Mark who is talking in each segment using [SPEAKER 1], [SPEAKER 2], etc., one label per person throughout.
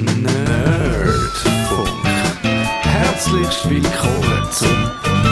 [SPEAKER 1] Nerdfunk. Herzlich willkommen zum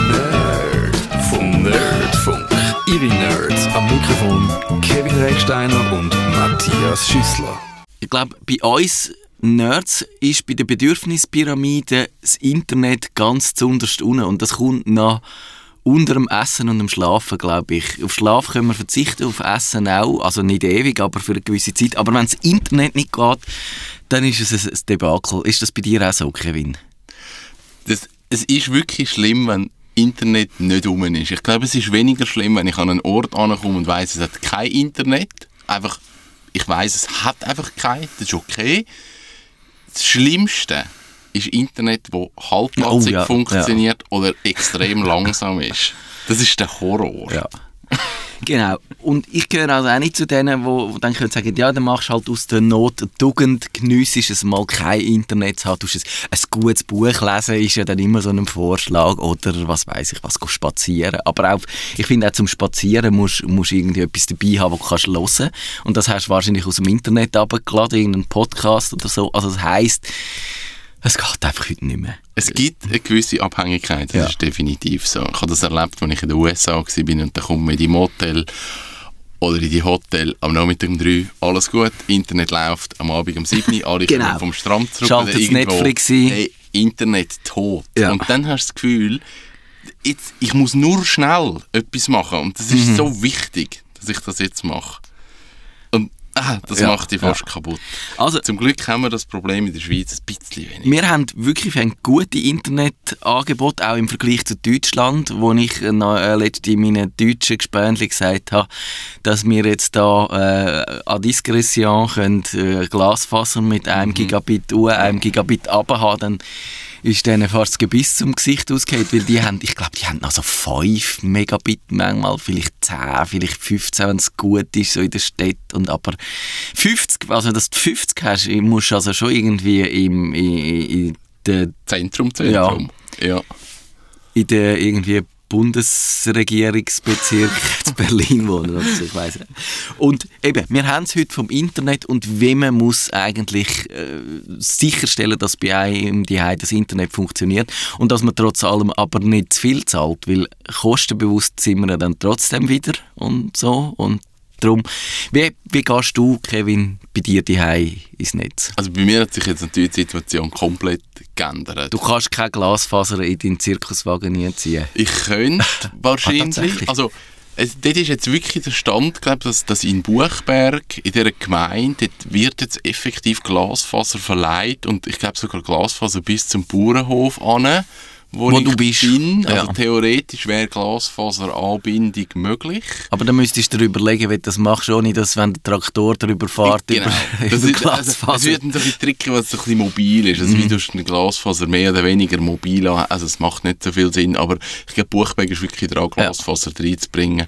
[SPEAKER 1] Nerdfunk. Ihre Nerds am Mikrofon Kevin Recksteiner und Matthias Schüssler.
[SPEAKER 2] Ich glaube, bei uns Nerds ist bei der Bedürfnispyramide das Internet ganz zuunterst unten. Und das kommt nach unter dem Essen und dem Schlafen, glaube ich. Auf Schlaf können wir verzichten, auf Essen auch. Also nicht ewig, aber für eine gewisse Zeit. Aber wenn das Internet nicht geht, dann ist es ein Debakel. Ist das bei dir auch so, Kevin?
[SPEAKER 3] Es ist wirklich schlimm, wenn Internet nicht rum ist. Ich glaube, es ist weniger schlimm, wenn ich an einen Ort ankomme und weiss, es hat kein Internet. Einfach, ich weiss, es hat einfach kein. Das ist okay. Das Schlimmste ist Internet, das halbpatzig funktioniert oder extrem langsam ist. Das ist der Horror.
[SPEAKER 2] Ja. Genau. Und ich gehöre also auch nicht zu denen, die dann können sagen, ja, dann machst du halt aus der Not eine Tugend, geniessest es mal kein Internet zu haben, du ein gutes Buch lesen, ist ja dann immer so ein Vorschlag, oder was weiss ich, was spazieren. Aber auch, ich finde auch zum Spazieren musst du irgendwie etwas dabei haben, was du hören kannst. Und das hast du wahrscheinlich aus dem Internet runtergeladen, irgendeinen Podcast oder so. Also das heisst, es geht einfach heute nicht mehr.
[SPEAKER 3] Es gibt eine gewisse Abhängigkeit, das ist definitiv so. Ich habe das erlebt, als ich in den USA war und dann kommt man in die Motel oder in die Hotel am Nachmittag um 3, alles gut, Internet läuft, am Abend um 7, alle kommen vom Strand zurück.
[SPEAKER 2] Schaltet das Netflix ein.
[SPEAKER 3] Hey, Internet tot.
[SPEAKER 2] Ja.
[SPEAKER 3] Und dann hast du das Gefühl, ich muss nur schnell etwas machen und das ist so wichtig, dass ich das jetzt mache. Das macht dich fast kaputt. Also, zum Glück haben wir das Problem in der Schweiz ein bisschen weniger.
[SPEAKER 2] Wir haben wirklich ein gutes Internetangebot, auch im Vergleich zu Deutschland, wo ich letztens meinen deutschen Gespönchen gesagt habe, dass wir jetzt da à Diskretion Glasfaser mit 1 Gigabit U, 1 Gigabit runter haben, dann ist denen fast das Gebiss zum Gesicht ausgefallen, weil die haben, ich glaube, die haben noch so 5 Megabit manchmal, vielleicht 10, vielleicht 15, wenn es gut ist, so in der Stadt. Und aber 50, also dass du 50 hast, musst du also schon irgendwie in der
[SPEAKER 3] Zentrum.
[SPEAKER 2] Ja. In der irgendwie Bundesregierungsbezirk zu Berlin wohnen oder so, ich weiss nicht. Und eben, wir haben es heute vom Internet und wie man muss eigentlich sicherstellen, dass bei einem die das Internet funktioniert und dass man trotz allem aber nicht zu viel zahlt, weil kostenbewusst sind wir dann trotzdem wieder und so und darum, wie gehst du, Kevin, bei dir daheim ins Netz?
[SPEAKER 3] Also bei mir hat sich jetzt natürlich die Situation komplett geändert.
[SPEAKER 2] Du kannst keine Glasfaser in deinen Zirkuswagen ziehen.
[SPEAKER 3] Ich könnte wahrscheinlich. Also dort ist jetzt wirklich der Stand, glaube ich, dass in Buchberg, in dieser Gemeinde, dort wird jetzt effektiv Glasfaser verleiht und ich glaube sogar Glasfaser bis zum Bauernhof an. Wo du bist. Also theoretisch wäre Glasfaseranbindung möglich.
[SPEAKER 2] Aber dann müsstest du dir überlegen, wie du das machst, ohne dass, wenn der Traktor darüber fährt,
[SPEAKER 3] genau.
[SPEAKER 2] über Glasfaser.
[SPEAKER 3] Es wird ein bisschen tricky, weil es so ein bisschen mobil ist. Also wie du eine Glasfaser mehr oder weniger mobil hast. Also es macht nicht so viel Sinn, aber ich glaube, Buchberg ist wirklich dran, Glasfaser reinzubringen.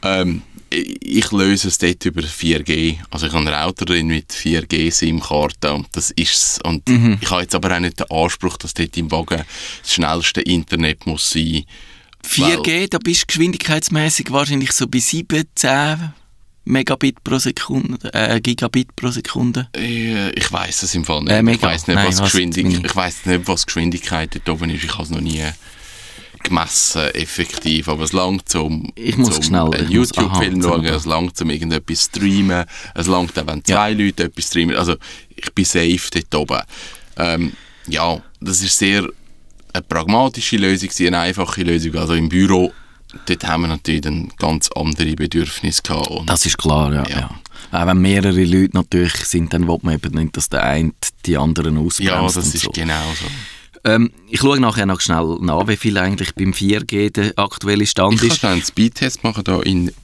[SPEAKER 3] Ich löse es dort über 4G. Also ich habe einen Router drin mit 4G-SIM-Karte und das ist es. Und ich habe jetzt aber auch nicht den Anspruch, dass dort im Wagen das schnellste Internet muss sein.
[SPEAKER 2] 4G, da bist du geschwindigkeitsmäßig wahrscheinlich so bei 17 Megabit pro Sekunde, Gigabit pro Sekunde.
[SPEAKER 3] Ich weiss es im Fall nicht. Ich weiss nicht, was Geschwindigkeit dort oben ist. Ich habe es noch nie gemessen, effektiv, aber es langt zum YouTube-Film schauen, es langt zum irgendetwas streamen, es langt auch, wenn 2 Leute etwas streamen, also ich bin safe dort oben. Das ist sehr eine pragmatische Lösung, eine einfache Lösung, also im Büro, dort haben wir natürlich dann ganz andere Bedürfnisse gehabt.
[SPEAKER 2] Das ist klar, ja. Auch wenn mehrere Leute natürlich sind, dann will man eben nicht, dass der eine die anderen ausbremst.
[SPEAKER 3] Ja, das ist so. Genau so.
[SPEAKER 2] Ich schaue nachher noch schnell nach, wie viel eigentlich beim 4G der aktuelle Stand ist.
[SPEAKER 3] Ich kann einen Speedtest machen hier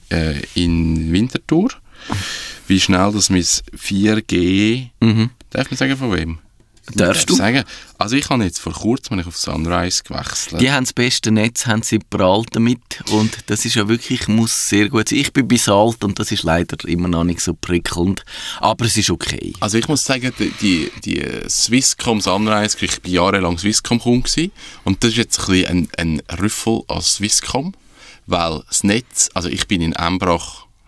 [SPEAKER 3] in Winterthur. Wie schnell das mit 4G... Darf man sagen, von wem?
[SPEAKER 2] Darfst du?
[SPEAKER 3] Sagen. Also ich habe jetzt vor kurzem auf Sunrise gewechselt.
[SPEAKER 2] Die haben das beste Netz, haben sie prallt damit und das ist ja wirklich, muss sehr gut sein. Ich bin bis alt und das ist leider immer noch nicht so prickelnd, aber es ist okay.
[SPEAKER 3] Also ich muss sagen, die Swisscom Sunrise, ich war jahrelang Swisscom-Kunde und das ist jetzt ein bisschen ein Rüffel als Swisscom, weil das Netz, also ich bin in Embrach,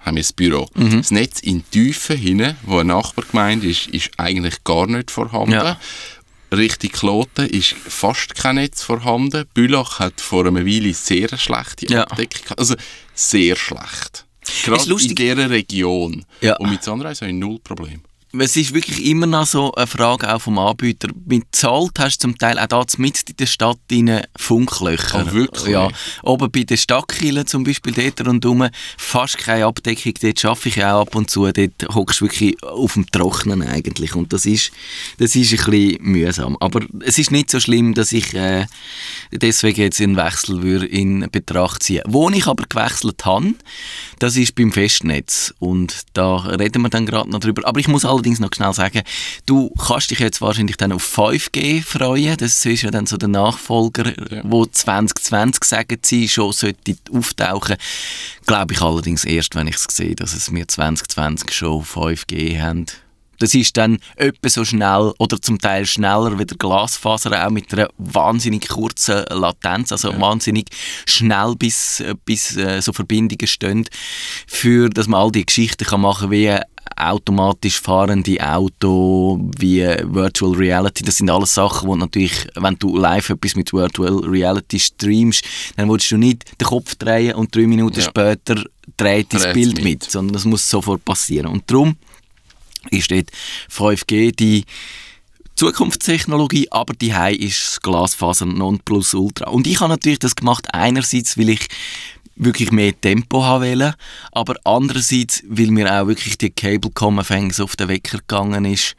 [SPEAKER 3] haben wir das Büro. Das Netz in Tiefen hinten, wo eine Nachbargemeinde ist eigentlich gar nicht vorhanden. Ja. Richtung Kloten ist fast kein Netz vorhanden. Bülach hat vor einer Weile sehr schlechte Abdeckung. Also sehr schlecht. Gerade in dieser Region. Ja. Und mit Sunrise habe ich null Problem.
[SPEAKER 2] Es ist wirklich immer noch so eine Frage auch vom Anbieter. Mit Zahlt hast du zum Teil auch da mitten in der Stadt Funklöcher.
[SPEAKER 3] Oh, wirklich?
[SPEAKER 2] Ja. Oben bei den Stadtkirchen zum Beispiel, dort rundherum, fast keine Abdeckung. Dort arbeite ich auch ab und zu. Dort hockst du wirklich auf dem Trocknen eigentlich. Und das ist ein bisschen mühsam. Aber es ist nicht so schlimm, dass ich deswegen jetzt einen Wechsel in Betracht ziehen würde. Wo ich aber gewechselt habe, das ist beim Festnetz. Und da reden wir dann gerade noch drüber. Aber ich muss allerdings noch schnell sagen, du kannst dich jetzt wahrscheinlich dann auf 5G freuen. Das ist ja dann so der Nachfolger, wo 2020 sagen sie schon sollte auftauchen. Glaube ich allerdings erst, wenn ich es sehe, dass es wir 2020 schon 5G haben. Das ist dann etwa so schnell oder zum Teil schneller wie der Glasfaser, auch mit einer wahnsinnig kurzen Latenz, also wahnsinnig schnell bis so Verbindungen stehen, für dass man all die Geschichten kann machen wie automatisch fahrende Auto, wie Virtual Reality. Das sind alles Sachen, wo natürlich, wenn du live etwas mit Virtual Reality streamst, dann willst du nicht den Kopf drehen und 3 Minuten später dreht das Bild mit, sondern das muss sofort passieren. Und darum ist dort 5G die Zukunftstechnologie, aber die ist das Glasfaser Nonplusultra. Und ich habe natürlich das gemacht, einerseits, weil ich wirklich mehr Tempo haben wollte, aber andererseits, weil mir auch wirklich die Cablecom auf den Wecker gegangen ist,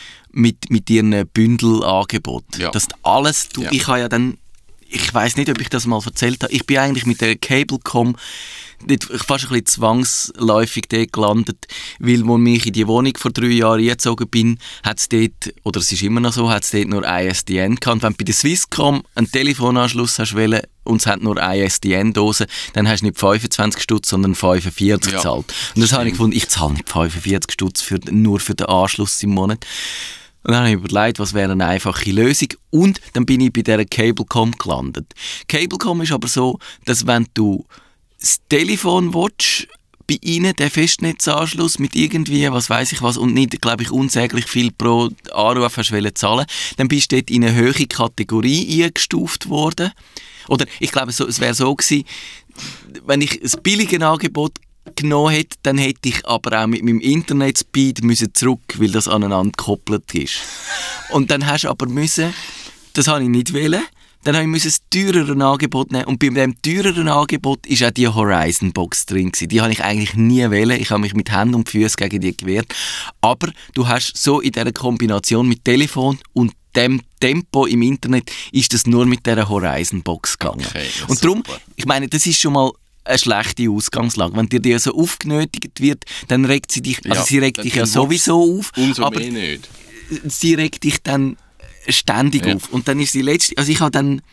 [SPEAKER 2] mit ihren Bündelangebot. Ja. Das alles, ich habe ja dann, ich weiss nicht, ob ich das mal erzählt habe, ich bin eigentlich mit der Cablecom fast ein bisschen zwangsläufig dort gelandet, weil, als ich in die Wohnung vor 3 Jahren eingezogen bin, hat es dort, oder es ist immer noch so, hat es dort nur ISDN gehabt. Wenn du bei der Swisscom einen Telefonanschluss hast wollen, und es hat nur ISDN-Dosen, dann hast du nicht 25 Stutz, sondern 45 gezahlt. Und das habe ich gefunden, ich zahle nicht 45 Stutz nur für den Anschluss im Monat. Und dann habe ich überlegt, was wäre eine einfache Lösung. Und dann bin ich bei dieser Cablecom gelandet. Cablecom ist aber so, dass wenn du das Telefon willst, bei ihnen den Festnetzanschluss mit irgendwie, was weiss ich was, und nicht, glaube ich, unsäglich viel pro Anruf hast wollen zahlen, dann bist du dort in eine höhere Kategorie eingestuft worden. Oder ich glaube, es wäre so gewesen, wenn ich ein billiges Angebot genommen hätte, dann hätte ich aber auch mit meinem Internetspeed zurück, weil das aneinander gekoppelt ist. Und dann hast du aber müssen, das habe ich nicht wollen, dann habe ich ein teureren Angebot nehmen. Und bei dem teureren Angebot war auch die Horizon-Box drin gewesen. Die habe ich eigentlich nie wollen. Ich habe mich mit Händen und Füßen gegen die gewehrt. Aber du hast so in dieser Kombination mit Telefon und dem Tempo im Internet ist das nur mit dieser Horizon-Box gegangen. Okay, und darum, ich meine, das ist schon mal eine schlechte Ausgangslage. Wenn dir die so aufgenötigt wird, dann regt sie dich, also sie regt dich ja sowieso auf, aber
[SPEAKER 3] nicht.
[SPEAKER 2] Sie regt dich dann ständig auf. Und dann ist die letzte, also ich habe dann,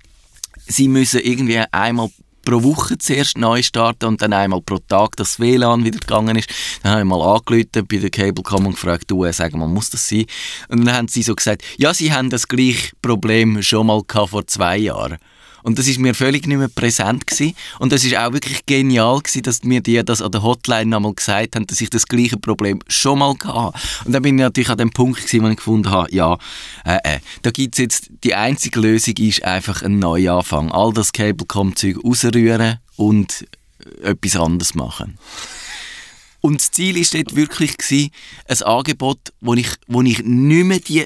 [SPEAKER 2] sie müssen irgendwie einmal pro Woche zuerst neu starten und dann einmal pro Tag das WLAN wieder gegangen ist. Dann habe ich mal angerufen bei der Cablecom und gefragt, sag mal, muss das sein? Und dann haben sie so gesagt, ja, sie haben das gleiche Problem schon mal gehabt vor 2 Jahren. Und das ist mir völlig nicht mehr präsent gewesen. Und das ist auch wirklich genial gewesen, dass mir die das an der Hotline einmal gesagt haben, dass ich das gleiche Problem schon mal hatte. Und dann bin ich natürlich an dem Punkt gewesen, wo ich gefunden habe, da gibt es jetzt, die einzige Lösung ist einfach ein Neuanfang. All das Cablecom-Zeug rausrühren und etwas anderes machen. Und das Ziel war dort wirklich ein Angebot, wo ich nicht mehr die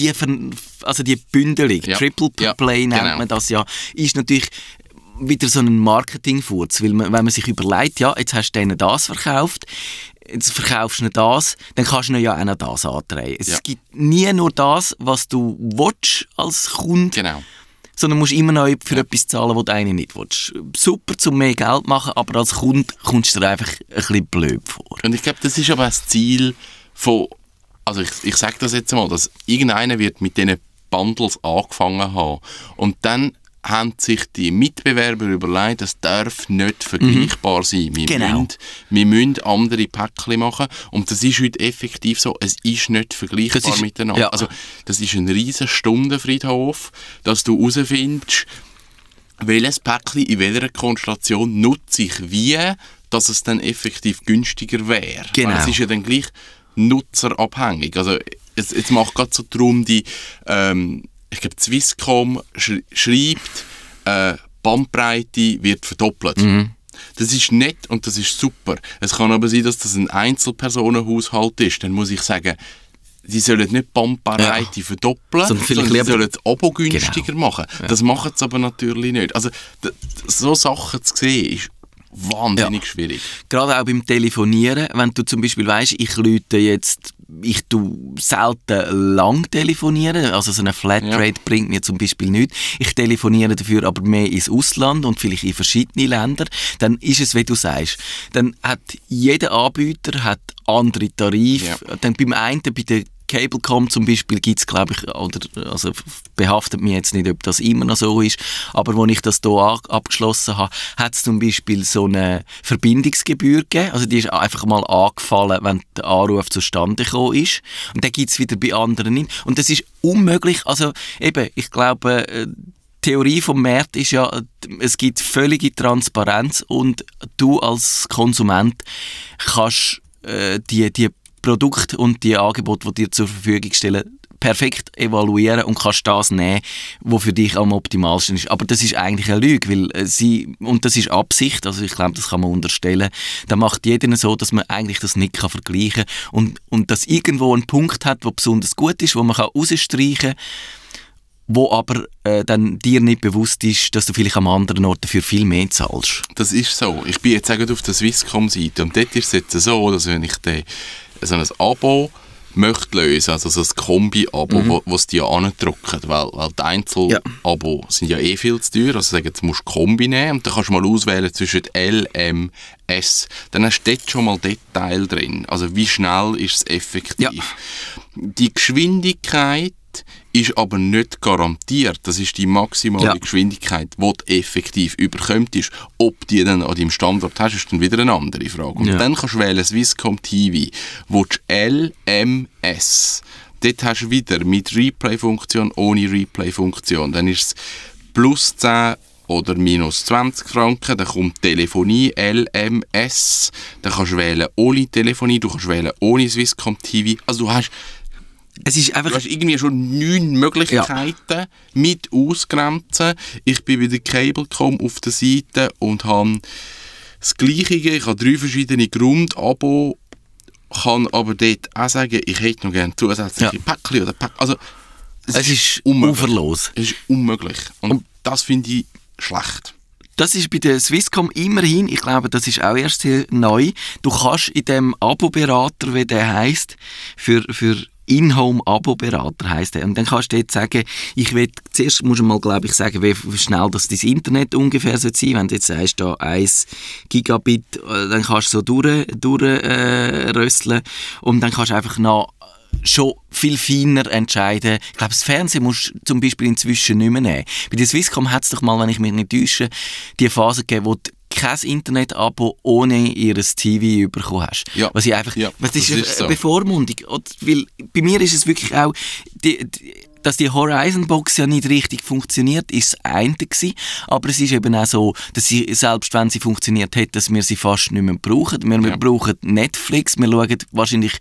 [SPEAKER 2] Bündelung, Triple Play nennt man das ja, ist natürlich wieder so ein Marketingfurz, weil wenn man sich überlegt, ja, jetzt hast du denen das verkauft, jetzt verkaufst du ihnen das, dann kannst du ihnen ja auch noch das andrehen. Es gibt nie nur das, was du willst als Kunde.
[SPEAKER 3] Genau.
[SPEAKER 2] Sondern musst immer noch für etwas zahlen, was du eigentlich nicht willst. Super, um mehr Geld zu machen, aber als Kunde kommst du dir einfach ein bisschen blöd vor.
[SPEAKER 3] Und ich glaube, das ist aber das Ziel von, also ich sage das jetzt mal, dass irgendeiner wird mit diesen Bundles angefangen haben und dann haben sich die Mitbewerber überlegt, das darf nicht vergleichbar sein. Wir müssen andere Päckchen machen und das ist heute effektiv so, es ist nicht vergleichbar miteinander. Ja. Also das ist ein riesen Stundenfriedhof, dass du herausfindest, welches Päckchen in welcher Konstellation nutze ich wie, dass es dann effektiv günstiger wäre.
[SPEAKER 2] Genau.
[SPEAKER 3] Weil es ist ja dann gleich nutzerabhängig. Also jetzt macht gerade so darum, ich glaube Swisscom schreibt, Bandbreite wird verdoppelt. Das ist nett und das ist super. Es kann aber sein, dass das ein Einzelpersonenhaushalt ist. Dann muss ich sagen, die sollen nicht Bandbreite verdoppeln, sondern sie sollen das Abo günstiger machen. Ja. Das machen sie aber natürlich nicht. Also so Sachen zu sehen, ist wahnsinnig schwierig.
[SPEAKER 2] Gerade auch beim Telefonieren, wenn du zum Beispiel weisst, ich tue selten lang telefonieren, also so eine Flatrate bringt mir zum Beispiel nichts. Ich telefoniere dafür aber mehr ins Ausland und vielleicht in verschiedene Länder, dann ist es, wie du sagst, dann hat jeder Anbieter hat andere Tarife. Ja. Dann beim einen, bei der Cablecom zum Beispiel gibt es, glaube ich, also behaftet mich jetzt nicht, ob das immer noch so ist, aber als ich das hier abgeschlossen habe, hat es zum Beispiel so eine Verbindungsgebühr gegeben, also die ist einfach mal angefallen, wenn der Anruf zustande gekommen ist, und dann gibt es wieder bei anderen nicht. Und das ist unmöglich, also eben, ich glaube, die Theorie vom Markt ist ja, es gibt völlige Transparenz und du als Konsument kannst die Produkte und die Angebote, die dir zur Verfügung stellen, perfekt evaluieren und kannst das nehmen, was für dich am optimalsten ist. Aber das ist eigentlich eine Lüge, weil und das ist Absicht, also ich glaube, das kann man unterstellen, da macht jeder so, dass man eigentlich das nicht vergleichen kann und dass irgendwo einen Punkt hat, der besonders gut ist, wo man rausstreichen kann, wo aber dann dir nicht bewusst ist, dass du vielleicht am anderen Ort dafür viel mehr zahlst.
[SPEAKER 3] Das ist so. Ich bin jetzt auf der Swisscom-Seite und dort ist es jetzt so, dass wenn ich so ein Abo möchte lösen, also so ein Kombi-Abo, was die ja andrücken, weil die Einzel-Abo sind ja viel zu teuer, also sagen, jetzt musst du Kombi nehmen und dann kannst du mal auswählen zwischen L, M, S. Dann hast du dort schon mal Detail drin, also wie schnell ist es effektiv. Ja. Die Geschwindigkeit ist aber nicht garantiert. Das ist die maximale Geschwindigkeit, die du effektiv überkommst. Ob die dann an deinem Standort hast, ist dann wieder eine andere Frage. Und dann kannst du wählen Swisscom TV, wo du LMS. Dort hast du wieder mit Replay-Funktion, ohne Replay-Funktion. Dann ist es plus 10 oder minus 20 Franken. Dann kommt Telefonie, LMS. Dann kannst du wählen ohne Telefonie, du kannst wählen ohne Swisscom TV. Also du hast du hast irgendwie schon 9 Möglichkeiten mit ausgrenzen. Ich bin bei der Cablecom auf der Seite und habe das Gleiche. Ich habe 3 verschiedene Grundabo, kann aber dort auch sagen, ich hätte noch gerne zusätzliche Päckchen oder Päckchen. Also,
[SPEAKER 2] es ist uferlos.
[SPEAKER 3] Es ist unmöglich. Und das finde ich schlecht.
[SPEAKER 2] Das ist bei der Swisscom immerhin, ich glaube, das ist auch erst sehr neu. Du kannst in dem Abo-Berater, wie der heisst, für In-Home-Abo-Berater heisst der. Und dann kannst du dort sagen, zuerst musst du mal, glaube ich, sagen, wie schnell das dein Internet ungefähr sein soll. Wenn du jetzt sagst, da 1 Gigabit, dann kannst du so durchrösseln und dann kannst du einfach noch schon viel feiner entscheiden. Ich glaube, das Fernsehen musst du zum Beispiel inzwischen nicht mehr nehmen. Bei der Swisscom hat es doch mal, wenn ich mich nicht täusche, die Phase gegeben, wo du kein Internet-Abo ohne ihr TV bekommen hast. Ja. Was ich einfach, das ist eine so. Bevormundung. Weil bei mir ist es wirklich auch, dass die Horizon-Box ja nicht richtig funktioniert, ist das eine gewesen. Aber es ist eben auch so, dass sie, selbst wenn sie funktioniert hat, dass wir sie fast nicht mehr brauchen. Wir brauchen Netflix, wir schauen wahrscheinlich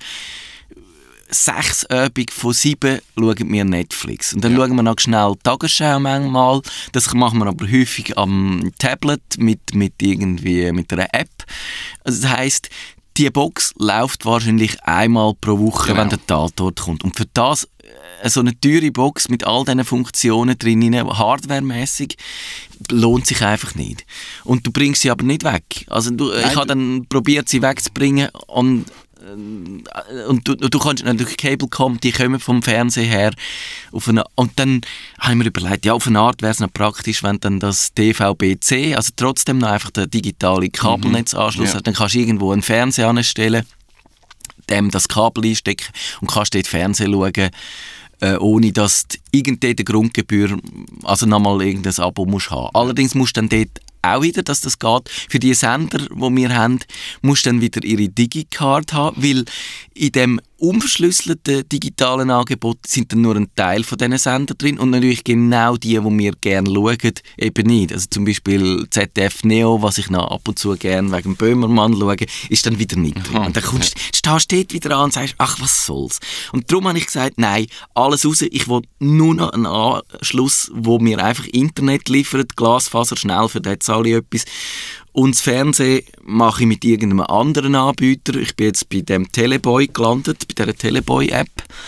[SPEAKER 2] 6 Übungen von 7 schauen wir Netflix. Und dann schauen wir noch schnell die Tagesschau manchmal. Das machen wir aber häufig am Tablet mit einer App. Also das heisst, die Box läuft wahrscheinlich einmal pro Woche, wenn der Tatort kommt. Und für das so eine teure Box mit all diesen Funktionen drin, hardwaremässig, lohnt sich einfach nicht. Und du bringst sie aber nicht weg. Also ich habe dann probiert, sie wegzubringen und du kannst natürlich Cablecom, die kommen vom Fernsehen her und dann habe ich mir überlegt, auf eine Art wäre es noch praktisch, wenn dann das DVB-C, also trotzdem noch einfach der digitale Kabelnetzanschluss hat, dann kannst du irgendwo einen Fernseher anstellen, dem das Kabel einstecken und kannst dort Fernsehen schauen, ohne dass du irgendeine Grundgebühr, also nochmal irgendein Abo musst haben. Allerdings musst du dann dort auch wieder, dass das geht. Für die Sender, die wir haben, musst du dann wieder ihre Digicard haben, weil in dem unverschlüsselten digitalen Angeboten sind dann nur ein Teil von diesen Sendern drin und natürlich genau die wir gerne schauen, eben nicht. Also zum Beispiel ZDF Neo, was ich noch ab und zu gerne wegen Böhmermann schaue, ist dann wieder nicht drin. Und dann stehst du dort wieder an und sagst, ach, was soll's. Und darum habe ich gesagt, nein, alles raus, ich will nur noch einen Anschluss, wo mir einfach Internet liefert, Glasfaser, schnell, für das zahle ich etwas. Und das Fernsehen mache ich mit irgendeinem anderen Anbieter. Ich bin jetzt bei dem Teleboy gelandet, bei dieser Teleboy-App.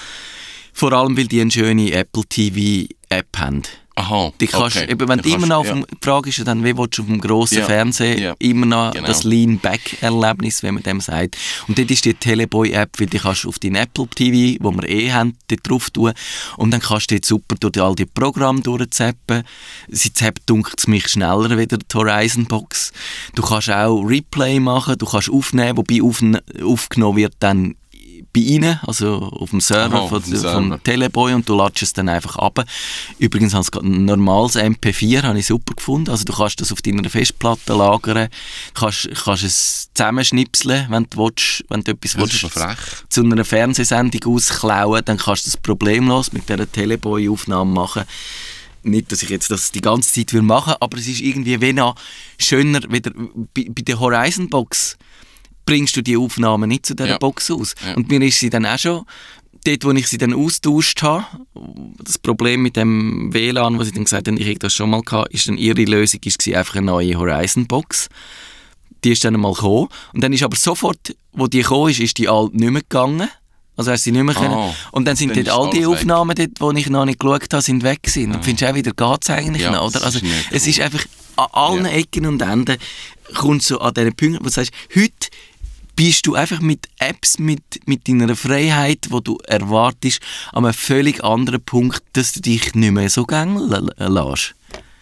[SPEAKER 2] Vor allem, weil die eine schöne Apple TV-App haben.
[SPEAKER 3] Aha,
[SPEAKER 2] die kannst, okay. Eben, wenn du immer noch die Frage ist dann, wie willst du auf dem grossen Fernseher immer noch das Lean-Back-Erlebnis, wie man dem sagt. Und dort ist die Teleboy-App, weil die kannst du auf dein Apple TV, wo wir haben, dort drauf tun. Und dann kannst du dort super durch all die Programme durchzappen. Sie zappt, dunkt es mich schneller wieder die Horizon-Box. Du kannst auch Replay machen, du kannst aufnehmen, wobei aufgenommen wird dann bei ihnen, also auf dem Server vom Teleboy, und du ladest es dann einfach ab. Übrigens habe ich ein normales MP4 habe ich super gefunden. Also du kannst das auf deiner Festplatte lagern, kannst es zusammenschnipseln, wenn du willst, wenn du etwas willst, zu einer Fernsehsendung ausklauen, dann kannst du das problemlos mit dieser Teleboy-Aufnahme machen. Nicht, dass ich jetzt das die ganze Zeit machen will, aber es ist irgendwie wie noch schöner, wieder bei der Horizon-Box bringst du die Aufnahmen nicht zu dieser Box aus. Ja. Und mir ist sie dann auch schon, dort wo ich sie dann austauscht habe, das Problem mit dem WLAN, was ich dann gesagt habe, ich hätte das schon mal gehabt, ist dann ihre Lösung ist einfach eine neue Horizon-Box. Die ist dann einmal gekommen. Und dann ist aber sofort, wo die gekommen ist die alt nicht mehr gegangen. Also hast du sie nicht mehr können. Und dann sind dort all die Aufnahmen, dort, die ich noch nicht geschaut habe, sind weg gewesen. Und findest du auch wieder, geht es eigentlich noch, oder? Also es ist einfach an allen Ecken und Enden kommst du an diesen Punkten, wo du sagst, heute bist du einfach mit Apps, mit deiner Freiheit, die du erwartest, an einem völlig anderen Punkt, dass du dich nicht mehr so gängeln lässt.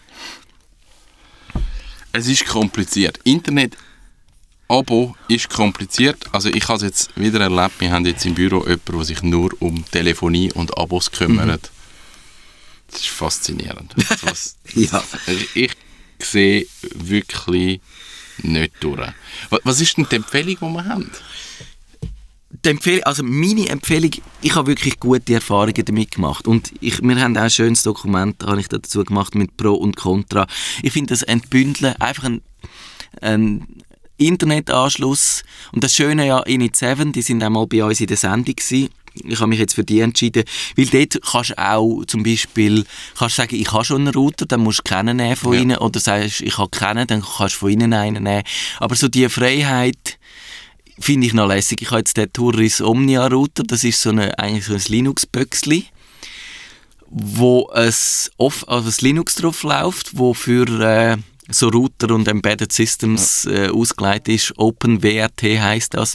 [SPEAKER 3] Es ist kompliziert. Internet-Abo ist kompliziert. Also ich habe es jetzt wieder erlebt, wir haben jetzt im Büro jemanden, der sich nur um Telefonie und Abos kümmert. Das ist faszinierend. Ich sehe wirklich nicht durch. Was ist denn die Empfehlung, die wir haben?
[SPEAKER 2] Also meine Empfehlung, ich habe wirklich gute Erfahrungen damit gemacht. Und wir haben auch ein schönes Dokument habe ich dazu gemacht mit Pro und Contra. Ich finde das Entbündeln, einfach ein Internetanschluss. Und das Schöne ja, Init7, die sind einmal bei uns in der Sendung gewesen. Ich habe mich jetzt für die entschieden, weil dort kannst du auch zum Beispiel sagen, ich habe schon einen Router, dann musst du keinen nehmen von ihnen, oder sagst, ich habe keinen, dann kannst du von ihnen einen nehmen. Aber so die Freiheit finde ich noch lässig. Ich habe jetzt den Turris Omnia Router, das ist eigentlich so ein Linux-Böckchen, wo ein Linux drauf läuft, wo für so Router und Embedded Systems ausgelegt ist. OpenWRT heisst das.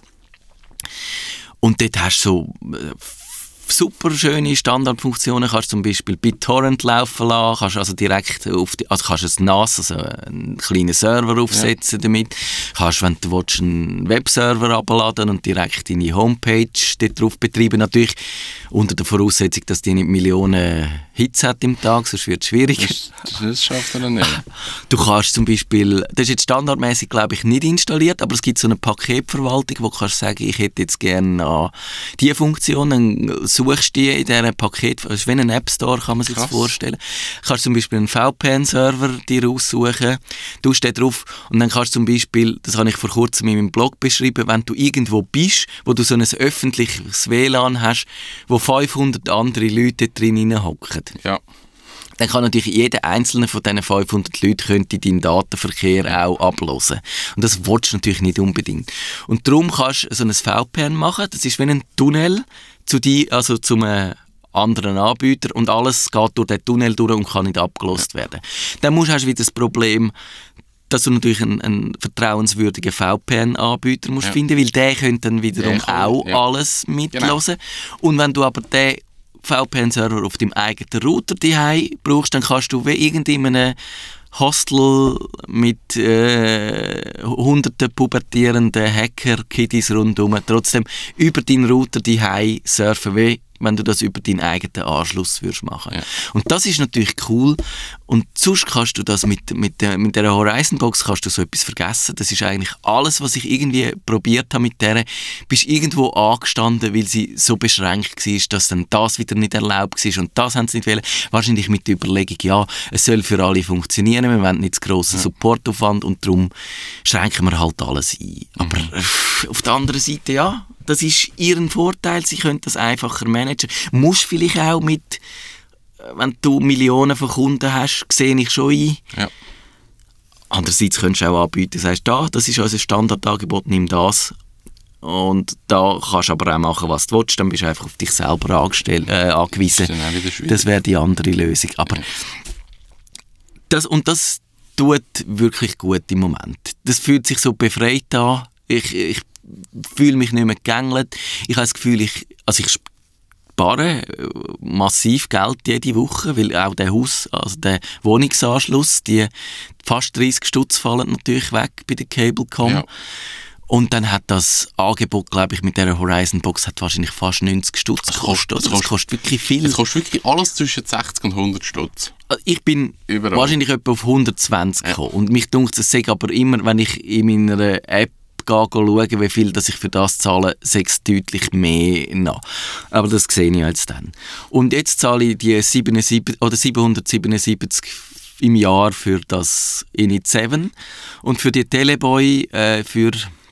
[SPEAKER 2] Und dort hast du so super schöne Standardfunktionen. Kannst zum Beispiel BitTorrent laufen lassen, kannst also direkt kannst ein NAS, also einen kleinen Server aufsetzen damit. Kannst, wenn du willst, einen Webserver abladen und direkt deine Homepage dort drauf betreiben. Natürlich unter der Voraussetzung, dass die nicht Millionen Hits hat im Tag, sonst wird es schwierig.
[SPEAKER 3] Das schafft er nicht.
[SPEAKER 2] Du kannst zum Beispiel, das ist jetzt standardmäßig, glaube ich, nicht installiert, aber es gibt so eine Paketverwaltung, wo du kannst sagen, ich hätte jetzt gerne diese Funktion, dann suchst du die in diesem Paket, das ist wie ein App Store, kann man sich das vorstellen. Du kannst zum Beispiel einen VPN-Server dir aussuchen, tust den drauf und dann kannst du zum Beispiel, das habe ich vor kurzem in meinem Blog beschrieben, wenn du irgendwo bist, wo du so ein öffentliches WLAN hast, wo 500 andere Leute drin hocken.
[SPEAKER 3] Ja.
[SPEAKER 2] Dann kann natürlich jeder einzelne von diesen 500 Leuten könnte deinen Datenverkehr auch abhören. Und das willst du natürlich nicht unbedingt. Und darum kannst du so ein VPN machen. Das ist wie ein Tunnel zum anderen Anbieter und alles geht durch den Tunnel durch und kann nicht abgelöst werden. Dann hast du wieder das Problem, dass du natürlich einen vertrauenswürdigen VPN-Anbieter musst finden, weil der könnte dann wiederum alles mithören. Genau. Und wenn du aber den VPN-Server auf deinem eigenen Router daheim brauchst, dann kannst du wie irgendeinem Hostel mit hunderten pubertierenden Hacker-Kiddies rundherum trotzdem über deinen Router daheim surfen, wie wenn du das über deinen eigenen Anschluss würdest machen. Ja. Und das ist natürlich cool. Und sonst kannst du das mit der Horizon-Box kannst du so etwas vergessen. Das ist eigentlich alles, was ich irgendwie probiert habe mit der. Bist irgendwo angestanden, weil sie so beschränkt war, dass dann das wieder nicht erlaubt war und das haben sie nicht wollen. Wahrscheinlich mit der Überlegung, ja, es soll für alle funktionieren, wir wollen nicht zu grossen Supportaufwand und darum schränken wir halt alles ein. Aber auf der anderen Seite, ja, das ist ihren Vorteil, sie können das einfacher managen. Musst vielleicht auch mit, wenn du Millionen von Kunden hast, sehe ich schon ein. Ja. Andererseits könntest du auch anbieten, sagst, das ist unser Standardangebot, nimm das. Und da kannst du aber auch machen, was du willst, dann bist du einfach auf dich selber angewiesen. Das wäre die andere Lösung. Aber das tut wirklich gut im Moment. Das fühlt sich so befreit an. Ich fühle mich nicht mehr gegängelt. Ich habe das Gefühl, ich spare massiv Geld jede Woche, weil auch der Wohnungsanschluss, die fast 30 Stutz fallen natürlich weg bei der Cablecom. Ja. Und dann hat das Angebot, glaube ich, mit dieser Horizon-Box hat wahrscheinlich fast 90 Stutz gekostet. Das kostet wirklich viel.
[SPEAKER 3] Es kostet wirklich alles zwischen 60 und 100 Stutz.
[SPEAKER 2] Ich bin wahrscheinlich etwa auf 120 gekommen. Und mich dunkt es aber immer, wenn ich in meiner App schaue, wie viel dass ich für das zahle, sechs deutlich mehr nach. Aber das sehe ich jetzt dann. Und jetzt zahle ich die 777 im Jahr für das Init 7 und für die Teleboy, für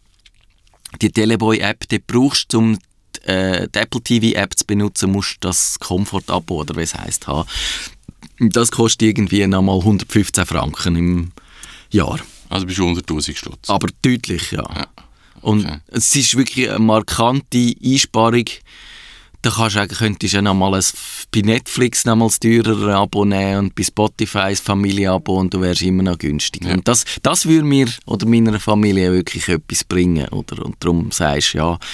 [SPEAKER 2] die Teleboy-App, die brauchst du, um die Apple TV-App zu benutzen, musst du das Comfort-Abo, oder wie es heisst, haben. Das kostet irgendwie nochmal 115 Franken im Jahr.
[SPEAKER 3] Also bist du 100'000 Stutz. Aber
[SPEAKER 2] deutlich, ja. Okay. Und es ist wirklich eine markante Einsparung. Da könntest du ja nochmal bei Netflix nochmals teurer Abo nehmen und bei Spotify ein Familienabo und du wärst immer noch günstiger. Ja. Und das würde mir oder meiner Familie wirklich etwas bringen. Oder? Und darum sagst du, ja,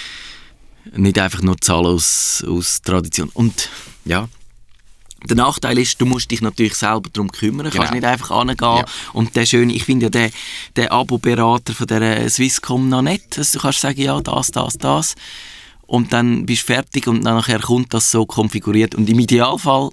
[SPEAKER 2] nicht einfach nur zahlen aus Tradition. Und ja, der Nachteil ist, du musst dich natürlich selber darum kümmern. Du kannst nicht einfach hingehen. Und der schöne, ich finde ja den Abo-Berater von der Swisscom noch nicht. Also du kannst sagen, ja, das. Und dann bist du fertig und dann nachher kommt das so konfiguriert. Und im Idealfall,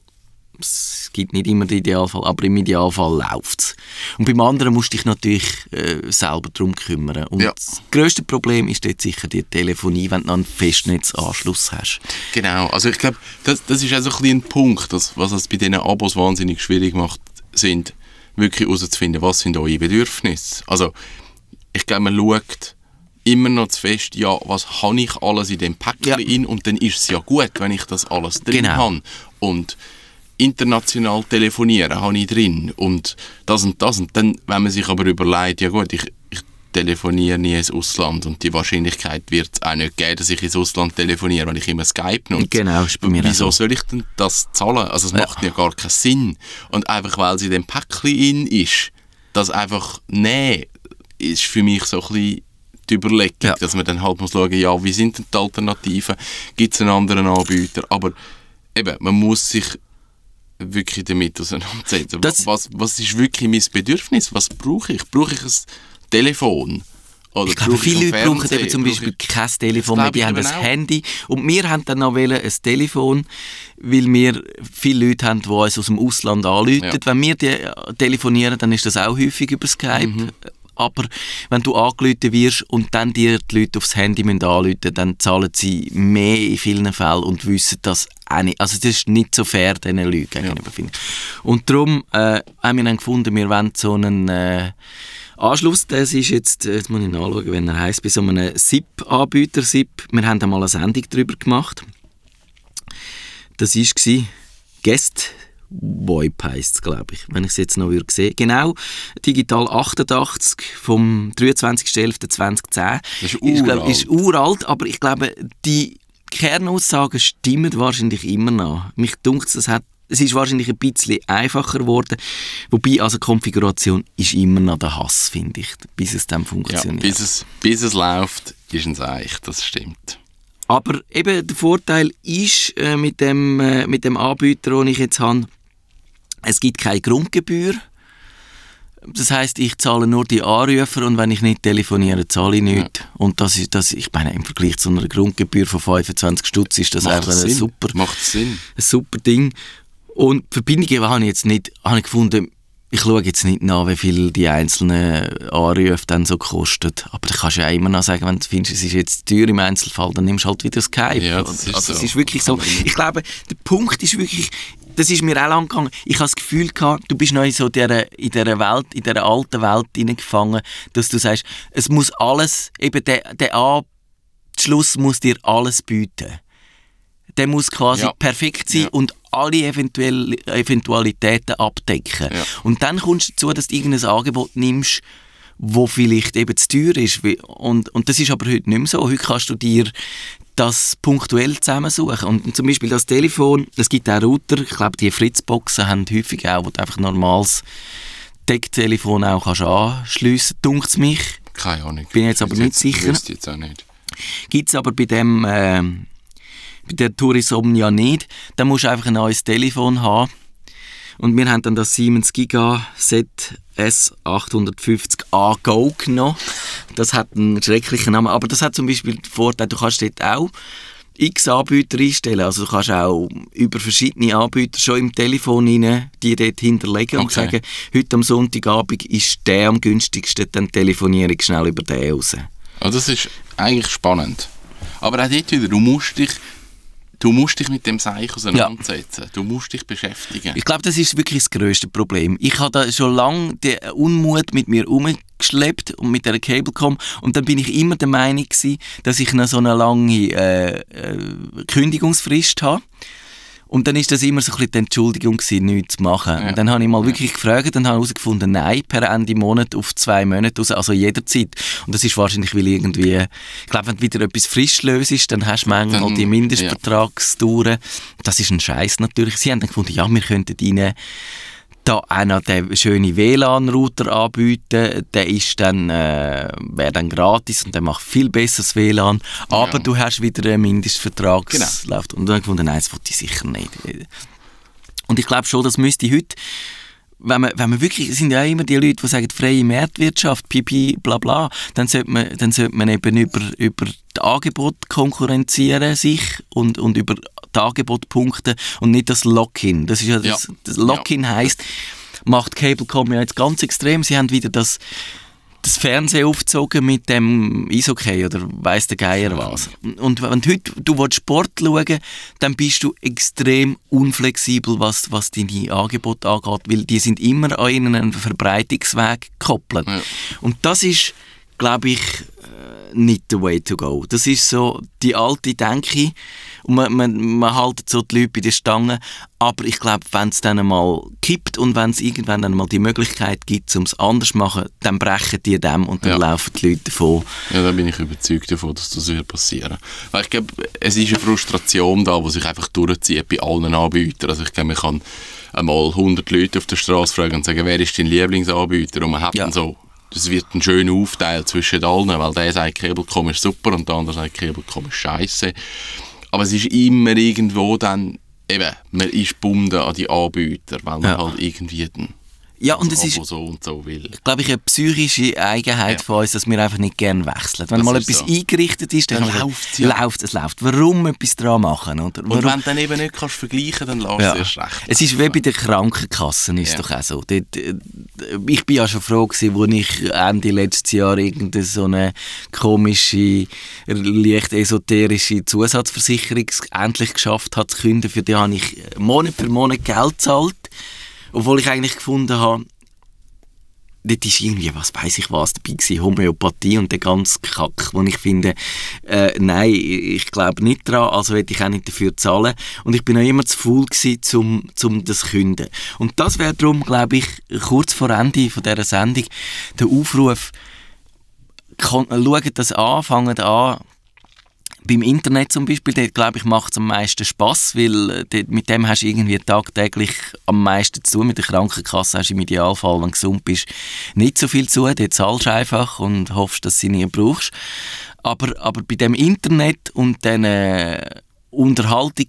[SPEAKER 2] es gibt nicht immer den Idealfall, aber im Idealfall läuft es. Und beim anderen musst du dich natürlich selber darum kümmern. Und das grösste Problem ist dort sicher die Telefonie, wenn du noch einen Festnetzanschluss hast.
[SPEAKER 3] Genau, also ich glaube, das ist auch so ein bisschen ein Punkt, was es bei diesen Abos wahnsinnig schwierig macht, sind wirklich herauszufinden, was sind eure Bedürfnisse. Also ich glaube, man schaut immer noch zu fest, ja, was habe ich alles in dem Päckchen in, und dann ist es ja gut, wenn ich das alles drin habe. Und international telefonieren habe ich drin und das und das. Und dann, wenn man sich aber überlegt, ja gut, ich telefoniere nie ins Ausland und die Wahrscheinlichkeit wird es auch nicht geben, dass ich ins Ausland telefoniere, wenn ich immer Skype nutze.
[SPEAKER 2] Genau, ist bei mir
[SPEAKER 3] wieso soll ich denn das zahlen? Also es macht ja gar keinen Sinn. Und einfach, weil es in dem Päckchen in ist, das einfach nehmen, ist für mich so ein bisschen die Überlegung, dass man dann halt muss schauen, ja, wie sind denn die Alternativen? Gibt es einen anderen Anbieter? Aber eben, man muss sich wirklich damit auseinandersetzen. Was ist wirklich mein Bedürfnis? Was brauche ich? Brauche ich ein Telefon? Oder
[SPEAKER 2] ich glaube, viele Leute brauchen eben zum Beispiel kein Telefon mehr, die haben ein Handy. Und wir haben dann noch ein Telefon, weil wir viele Leute haben, die uns aus dem Ausland anrufen. Ja. Wenn wir telefonieren, dann ist das auch häufig über Skype. Mhm. Aber wenn du angerufen wirst und dann dir die Leute aufs Handy anrufen, dann zahlen sie mehr in vielen Fällen und wissen das auch nicht. Also das ist nicht so fair diesen Leuten gegenüber. Ja. Und darum haben wir dann gefunden, wir wollen so einen Anschluss. Das ist jetzt muss ich nachschauen, wenn er heisst, bei so einem SIP-Anbieter. Wir haben da mal eine Sendung darüber gemacht. Das war Guest VoIP heisst es, glaube ich, wenn ich es jetzt noch sehen würde. Genau, Digital 88 vom 23.11.2010. Das ist uralt, aber ich glaube, die Kernaussagen stimmen wahrscheinlich immer noch. Mich dunkt es ist wahrscheinlich ein bisschen einfacher geworden, wobei also Konfiguration ist immer noch der Hass, finde ich, bis es dann funktioniert.
[SPEAKER 3] Ja, bis es läuft, ist ein Seich, das stimmt.
[SPEAKER 2] Aber eben der Vorteil ist mit dem Anbieter, den ich jetzt habe, es gibt keine Grundgebühr. Das heisst, ich zahle nur die Anrufer und wenn ich nicht telefoniere, zahle ich nichts. Ja. Und ich meine, im Vergleich zu einer Grundgebühr von 25 Stutz ist das einfach ein super Ding. Und Verbindungen habe ich gefunden, ich schaue jetzt nicht nach, wie viel die einzelnen Anrufe dann so kosten. Aber da kannst du ja immer noch sagen, wenn du findest, es ist jetzt teuer im Einzelfall, dann nimmst du halt wieder Skype. Ja, das ist so. Es ist wirklich so. Ich glaube, der Punkt ist wirklich, das ist mir auch lang gegangen, ich habe das Gefühl gehabt, du bist noch in dieser Welt, in dieser alten Welt hineingefangen, dass du sagst, es muss alles, eben der Anschluss muss dir alles bieten. Der muss quasi perfekt sein und alle Eventualitäten abdecken. Ja. Und dann kommst du dazu, dass du irgendein Angebot nimmst, wo vielleicht eben zu teuer ist. Und das ist aber heute nicht mehr so. Heute kannst du dir das punktuell zusammensuchen. Und zum Beispiel das Telefon, es gibt auch Router, ich glaube, die Fritzboxen haben häufig auch, wo du einfach normales Decktelefon auch kannst anschliessen, dunkt es mich.
[SPEAKER 3] Keine Ahnung.
[SPEAKER 2] Bin jetzt aber nicht sicher.
[SPEAKER 3] Wüsste jetzt auch nicht.
[SPEAKER 2] Gibt es aber bei der Tourisomnia nicht. Dann musst du einfach ein neues Telefon haben. Und wir haben dann das Siemens Giga ZS850A Go genommen. Das hat einen schrecklichen Namen, aber das hat zum Beispiel den Vorteil, du kannst dort auch x Anbieter einstellen. Also du kannst auch über verschiedene Anbieter schon im Telefon rein, die dort hinterlegen und sagen, heute am Sonntagabend ist der am günstigsten, dann telefoniere ich schnell über den raus.
[SPEAKER 3] Also das ist eigentlich spannend. Aber auch dort wieder, du musst dich mit dem Seich auseinandersetzen. Ja. Du musst dich beschäftigen.
[SPEAKER 2] Ich glaube, das ist wirklich das grösste Problem. Ich habe da schon lange den Unmut mit mir herumgeschleppt und mit der Cablecom. Und dann bin ich immer der Meinung gewesen, dass ich noch so eine lange Kündigungsfrist habe. Und dann ist das immer so ein bisschen die Entschuldigung gewesen, nichts zu machen. Ja. Und dann habe ich mal wirklich gefragt und habe herausgefunden, nein, per Ende Monat auf 2 Monate raus, also jederzeit. Und das ist wahrscheinlich, weil irgendwie, ich glaube, wenn du wieder etwas frisch löst, dann hast du manchmal die Mindestvertragsdauer. Das ist ein Scheiß natürlich. Sie haben dann gefunden, ja, wir könnten ihnen da auch noch den schönen WLAN-Router anbieten, der ist dann, wäre dann gratis und der macht viel besseres WLAN, aber du hast wieder einen Mindestvertragslauf. Genau. Und dann gefunden, nein, das wollte ich sicher nicht. Und ich glaube schon, das müsste heute, wenn man wirklich, es sind ja immer die Leute, die sagen, freie Marktwirtschaft, pipi, bla bla, dann sollte man eben über das Angebot konkurrenzieren sich und über das Angebot punkten und nicht das Lock-in. Das ist ja das Lock-in heisst, macht Cablecom ja jetzt ganz extrem. Sie haben wieder das Fernsehen aufgezogen mit dem Eishockey oder weiss der Geier was. Und wenn du heute Sport schauen willst, dann bist du extrem unflexibel, was deine Angebote angeht, weil die sind immer an einen Verbreitungsweg gekoppelt. Ja. Und das ist, glaube ich, nicht the way to go. Das ist so die alte Denke und man hält so die Leute bei der Stange, aber ich glaube, wenn es dann einmal kippt und wenn es irgendwann einmal die Möglichkeit gibt, um es anders zu machen, dann brechen die dem und dann laufen die Leute davon.
[SPEAKER 3] Ja, da bin ich überzeugt davon, dass das wird passieren. Weil ich glaube, es ist eine Frustration da, die sich einfach durchzieht bei allen Anbietern. Also ich glaube, man kann einmal 100 Leute auf der Straße fragen und sagen, wer ist dein Lieblingsanbieter? Und man hat dann so, das wird ein schöner Aufteil zwischen allen, weil der sagt, Cablecom ist super und der andere sagt, Cablecom ist scheiße. Aber es ist immer irgendwo dann, eben, man ist gebunden an die Anbieter, weil man halt irgendwie
[SPEAKER 2] und es ist
[SPEAKER 3] so und so will.
[SPEAKER 2] Glaube ich, eine psychische Eigenheit von uns, dass wir einfach nicht gerne wechseln. Wenn mal etwas eingerichtet ist, dann läuft es. Warum etwas dran machen? Oder?
[SPEAKER 3] Und wenn du dann eben nicht kannst vergleichen, dann lässt es erst recht.
[SPEAKER 2] Es ist wie bei den Krankenkassen, ist doch auch so. Ich bin ja schon froh gewesen, als ich Ende letztes Jahr irgendeine so eine komische, leicht esoterische Zusatzversicherung endlich geschafft habe zu künden. Für die habe ich Monat für Monat Geld gezahlt. Obwohl ich eigentlich gefunden habe, dort ist irgendwie, was weiss ich was, dabei gewesen, Homöopathie und der ganze Kack, wo ich finde, nein, ich glaube nicht dran, also will ich auch nicht dafür zahlen. Und ich bin auch immer zu faul gewesen, um das zu künden. Und das wäre darum, glaube ich, kurz vor Ende von dieser Sendung, der Aufruf, schaut das an, fangt an, beim Internet zum Beispiel, dort, glaube ich, macht es am meisten Spass, weil mit dem hast du irgendwie tagtäglich am meisten zu tun. Mit der Krankenkasse hast du im Idealfall, wenn du gesund bist, nicht so viel zu tun. Dort zahlst du einfach und hoffst, dass du sie nie brauchst. Aber bei dem Internet und den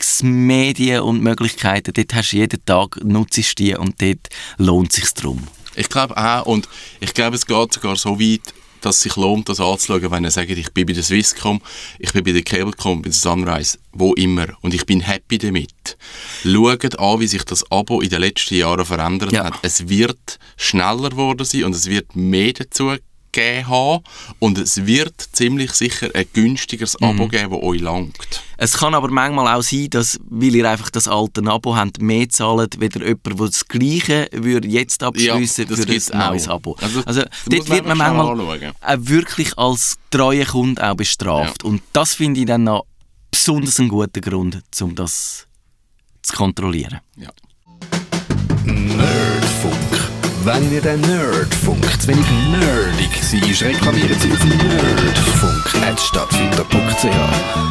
[SPEAKER 2] Unterhaltungsmedien und Möglichkeiten, dort hast du jeden Tag, nutzt die und dort lohnt es sich drum.
[SPEAKER 3] Ich glaube auch, und ich glaube, es geht sogar so weit, dass es sich lohnt, das anzuschauen, wenn ihr sagt, ich bin bei der Swisscom, ich bin bei der Cablecom, bei der Sunrise, wo immer, und ich bin happy damit. Schaut an, wie sich das Abo in den letzten Jahren verändert hat. Es wird schneller geworden sein und es wird mehr dazu gegeben haben und es wird ziemlich sicher ein günstigeres Abo geben, das euch langt.
[SPEAKER 2] Es kann aber manchmal auch sein, dass, weil ihr einfach das alte Abo habt, mehr zahlt, wie jemand, der das Gleiche würde jetzt abschliessen für ein neues Abo. Also dort wird man manchmal auch wirklich als treuer Kunde auch bestraft. Ja. Und das finde ich dann noch besonders einen guten Grund, um das zu kontrollieren.
[SPEAKER 3] Ja.
[SPEAKER 1] Nerdfunk. Wenn ihr den Nerdfunk zu wenig nerdig seid, reklamiert sie auf nerdfunk@stadtfilter.ch.